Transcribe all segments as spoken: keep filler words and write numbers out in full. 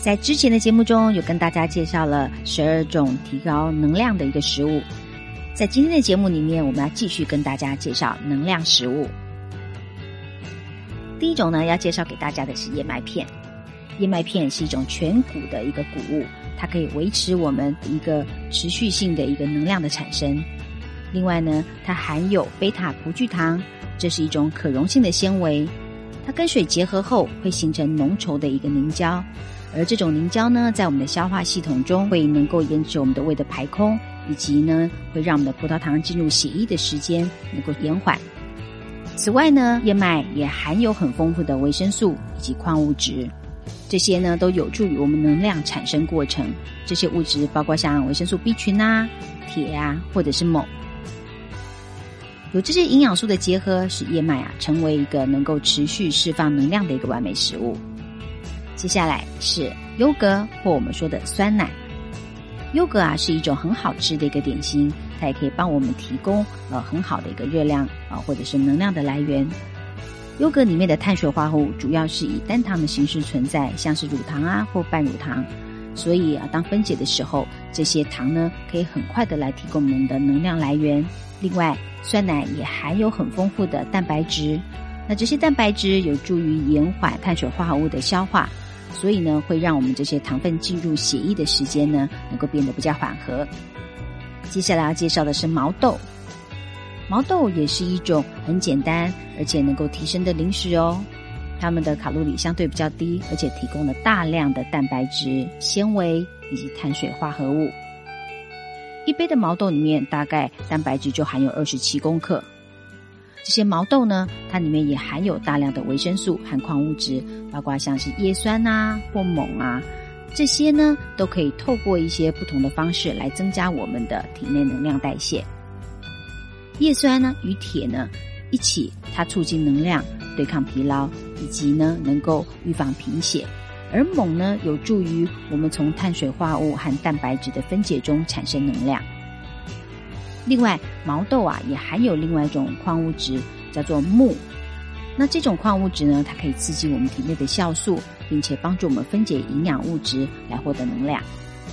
在之前的节目中有跟大家介绍了十二种提高能量的一个食物，在今天的节目里面我们要继续跟大家介绍能量食物。第一种呢，要介绍给大家的是燕麦片。燕麦片是一种全谷的一个谷物，它可以维持我们一个持续性的一个能量的产生。另外呢，它含有贝塔葡聚糖，这是一种可溶性的纤维，它跟水结合后会形成浓稠的一个凝胶，而这种凝胶呢，在我们的消化系统中会能够延迟我们的胃的排空，以及呢，会让我们的葡萄糖进入血液的时间能够延缓。此外呢，燕麦也含有很丰富的维生素以及矿物质，这些呢都有助于我们能量产生过程。这些物质包括像维生素 B 群啊、铁啊，或者是锰。有这些营养素的结合，使燕麦啊成为一个能够持续释放能量的一个完美食物。接下来是优格，或我们说的酸奶。优格啊是一种很好吃的一个点心，它也可以帮我们提供呃很好的一个热量啊、呃、或者是能量的来源。优格里面的碳水化合物主要是以单糖的形式存在，像是乳糖啊或半乳糖，所以啊当分解的时候，这些糖呢可以很快的来提供我们的能量来源。另外，酸奶也含有很丰富的蛋白质，那这些蛋白质有助于延缓碳水化合物的消化，所以呢会让我们这些糖分进入血液的时间呢能够变得比较缓和。接下来要介绍的是毛豆。毛豆也是一种很简单而且能够提升的零食哦，它们的卡路里相对比较低，而且提供了大量的蛋白质、纤维以及碳水化合物。一杯的毛豆里面大概蛋白质就含有二十七公克。这些毛豆呢，它里面也含有大量的维生素和矿物质，包括像是叶酸啊或锰啊，这些呢都可以透过一些不同的方式来增加我们的体内能量代谢。叶酸呢与铁呢一起，它促进能量、对抗疲劳，以及呢能够预防贫血。而锰呢有助于我们从碳水化合物和蛋白质的分解中产生能量。另外，毛豆啊也含有另外一种矿物质，叫做钼。那这种矿物质呢，它可以刺激我们体内的酵素，并且帮助我们分解营养物质来获得能量。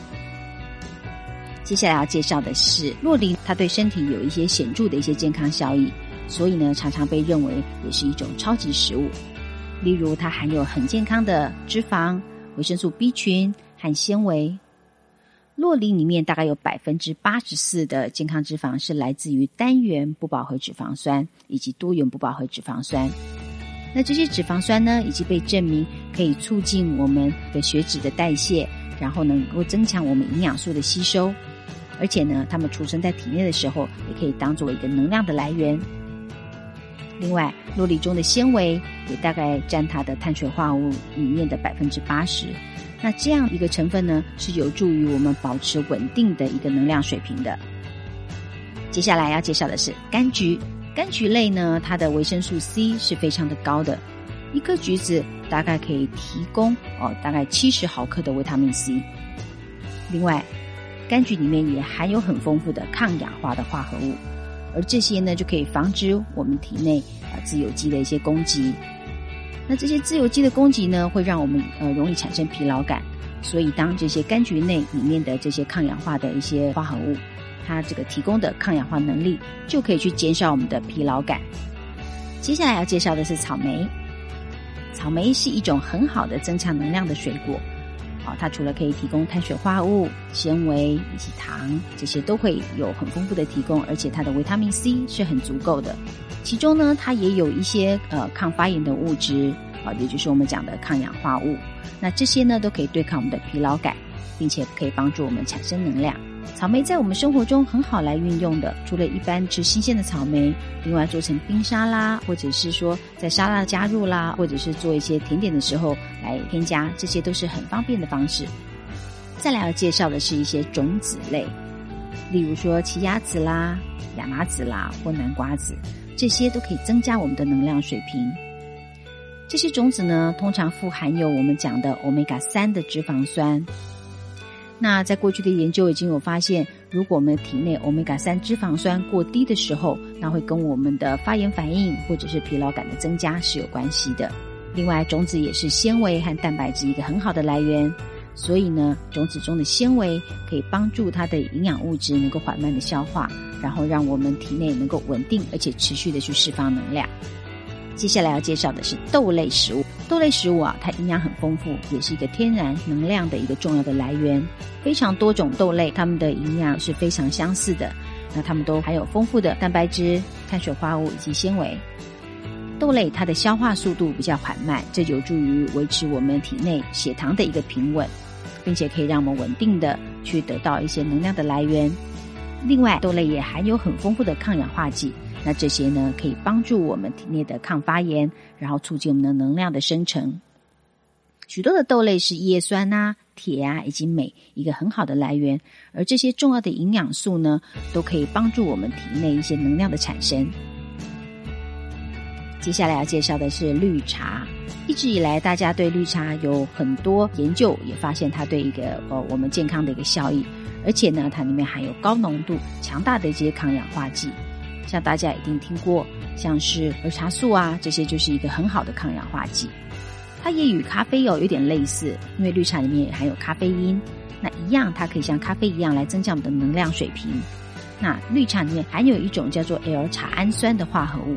接下来要介绍的是酪梨，它对身体有一些显著的一些健康效益，所以呢常常被认为也是一种超级食物。例如它含有很健康的脂肪、维生素 B 群和纤维。酪梨里面大概有 百分之八十四 的健康脂肪是来自于单元不饱和脂肪酸以及多元不饱和脂肪酸。那这些脂肪酸呢，已经被证明可以促进我们的血脂的代谢，然后能够增强我们营养素的吸收，而且呢，它们储存在体内的时候，也可以当作一个能量的来源。另外，酪梨中的纤维也大概占它的碳水化合物里面的 百分之八十。那这样一个成分呢，是有助于我们保持稳定的一个能量水平的。接下来要介绍的是柑橘。柑橘类呢，它的维生素 C 是非常的高的，一颗橘子大概可以提供哦大概七十毫克的维他命 C。另外，柑橘里面也含有很丰富的抗氧化的化合物，而这些呢就可以防止我们体内啊自由基的一些攻击。那这些自由基的攻击呢，会让我们呃容易产生疲劳感，所以当这些柑橘内里面的这些抗氧化的一些化合物，它这个提供的抗氧化能力就可以去减少我们的疲劳感。接下来要介绍的是草莓。草莓是一种很好的增强能量的水果，哦，它除了可以提供碳水化合物、纤维以及糖，这些都会有很丰富的提供，而且它的维他命 C 是很足够的。其中呢，它也有一些呃抗发炎的物质，啊、呃，也就是我们讲的抗氧化物。那这些呢，都可以对抗我们的疲劳感，并且可以帮助我们产生能量。草莓在我们生活中很好来运用的，除了一般吃新鲜的草莓，另外做成冰沙啦，或者是说在沙拉加入啦，或者是做一些甜点的时候来添加，这些都是很方便的方式。再来要介绍的是一些种子类，例如说奇亚籽啦、亚麻籽啦或南瓜籽，这些都可以增加我们的能量水平。这些种子呢，通常富含有我们讲的 欧米伽三 的脂肪酸。那在过去的研究已经有发现，如果我们体内 欧米伽三 脂肪酸过低的时候，那会跟我们的发炎反应或者是疲劳感的增加是有关系的。另外，种子也是纤维和蛋白质一个很好的来源。 所以呢，种子中的纤维可以帮助它的营养物质能够缓慢的消化，然后让我们体内能够稳定而且持续的去释放能量。接下来要介绍的是豆类食物。豆类食物啊，它营养很丰富，也是一个天然能量的一个重要的来源。非常多种豆类，它们的营养是非常相似的，那它们都含有丰富的蛋白质、碳水化合物以及纤维。豆类它的消化速度比较缓慢，这有助于维持我们体内血糖的一个平稳，并且可以让我们稳定的去得到一些能量的来源。另外，豆类也含有很丰富的抗氧化剂，那这些呢可以帮助我们体内的抗发炎，然后促进我们的能量的生成。许多的豆类是叶酸啊、铁啊以及镁一个很好的来源，而这些重要的营养素呢，都可以帮助我们体内一些能量的产生。接下来要介绍的是绿茶。一直以来大家对绿茶有很多研究，也发现它对一个呃我们健康的一个效益，而且呢它里面含有高浓度强大的一些抗氧化剂，像大家一定听过像是儿茶素啊，这些就是一个很好的抗氧化剂。它也与咖啡有有点类似，因为绿茶里面也含有咖啡因，那一样它可以像咖啡一样来增加我们的能量水平。那绿茶里面含有一种叫做 L 茶氨酸的化合物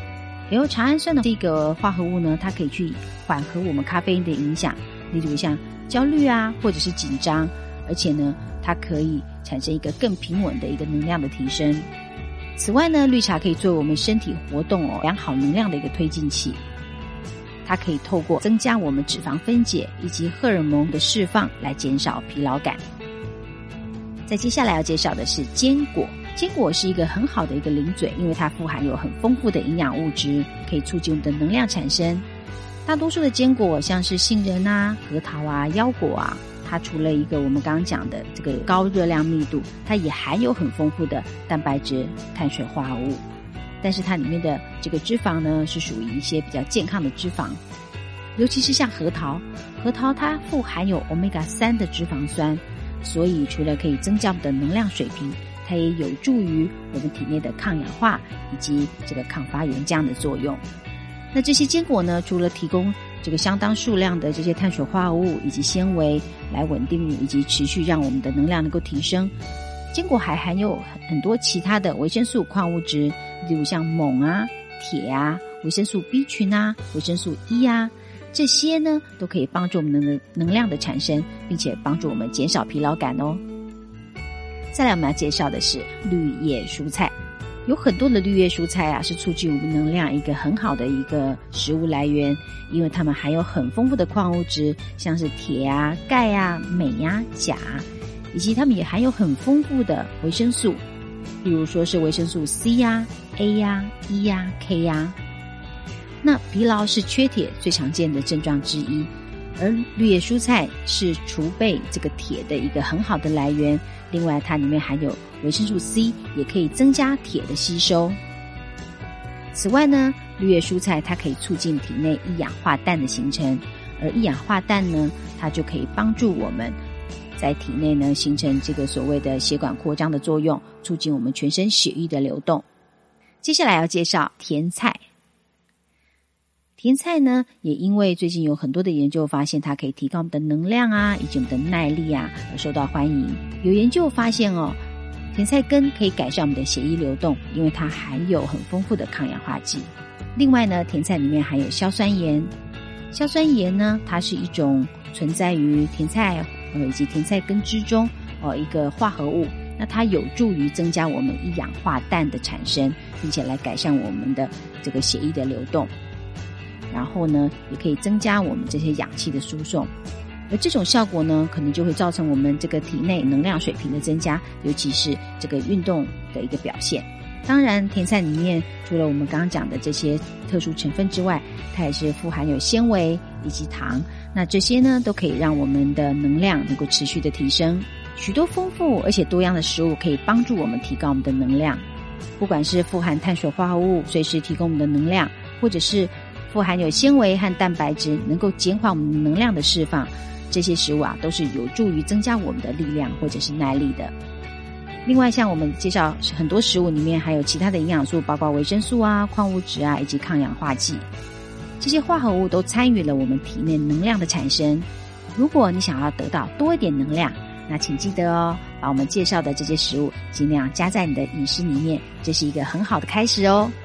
，L 茶氨酸的这个化合物呢，它可以去缓和我们咖啡因的影响，例如像焦虑啊，或者是紧张，而且呢，它可以产生一个更平稳的一个能量的提升。此外呢，绿茶可以作为我们身体活动哦良好能量的一个推进器，它可以透过增加我们脂肪分解以及荷尔蒙的释放来减少疲劳感。再接下来要介绍的是坚果。坚果是一个很好的一个零嘴，因为它富含有很丰富的营养物质，可以促进我们的能量产生。大多数的坚果像是杏仁啊、核桃啊、腰果啊，它除了一个我们刚刚讲的这个高热量密度，它也含有很丰富的蛋白质、碳水化合物，但是它里面的这个脂肪呢是属于一些比较健康的脂肪，尤其是像核桃，核桃它富含有 欧米伽三 的脂肪酸，所以除了可以增加我们的能量水平，它也有助于我们体内的抗氧化以及这个抗发炎这样的作用。那这些坚果呢，除了提供这个相当数量的这些碳水化合物以及纤维来稳定以及持续让我们的能量能够提升，坚果还含有很多其他的维生素矿物质，例如像锰啊、铁啊、维生素 B 群啊、维生素 E 啊，这些呢都可以帮助我们的能量的产生，并且帮助我们减少疲劳感哦。再来我们要介绍的是绿叶蔬菜。有很多的绿叶蔬菜啊，是促进我们能量一个很好的一个食物来源，因为它们含有很丰富的矿物质，像是铁啊、钙啊、镁啊、钾，以及它们也含有很丰富的维生素，例如说是维生素 C 啊、A 啊、E 啊、K 啊。那疲劳是缺铁最常见的症状之一，而绿叶蔬菜是储备这个铁的一个很好的来源，另外它里面含有维生素 C， 也可以增加铁的吸收。此外呢，绿叶蔬菜它可以促进体内一氧化氮的形成，而一氧化氮呢，它就可以帮助我们在体内呢形成这个所谓的血管扩张的作用，促进我们全身血液的流动。接下来要介绍甜菜。甜菜呢，也因为最近有很多的研究发现它可以提高我们的能量啊，以及我们的耐力啊，而受到欢迎。有研究发现哦，甜菜根可以改善我们的血液流动，因为它含有很丰富的抗氧化剂。另外呢，甜菜里面含有硝酸盐，硝酸盐呢，它是一种存在于甜菜呃以及甜菜根之中呃一个化合物，那它有助于增加我们一氧化氮的产生，并且来改善我们的这个血液的流动。然后呢，也可以增加我们这些氧气的输送，而这种效果呢，可能就会造成我们这个体内能量水平的增加，尤其是这个运动的一个表现。当然，甜菜里面除了我们刚刚讲的这些特殊成分之外，它也是富含有纤维以及糖，那这些呢，都可以让我们的能量能够持续的提升。许多丰富而且多样的食物可以帮助我们提高我们的能量，不管是富含碳水化合物，随时提供我们的能量，或者是富含有纤维和蛋白质，能够减缓我们能量的释放，这些食物啊都是有助于增加我们的力量或者是耐力的。另外像我们介绍很多食物里面还有其他的营养素，包括维生素啊、矿物质啊以及抗氧化剂，这些化合物都参与了我们体内能量的产生。 如果你想要得到多一点能量，那请记得哦，把我们介绍的这些食物尽量加在你的饮食里面，这是一个很好的开始哦。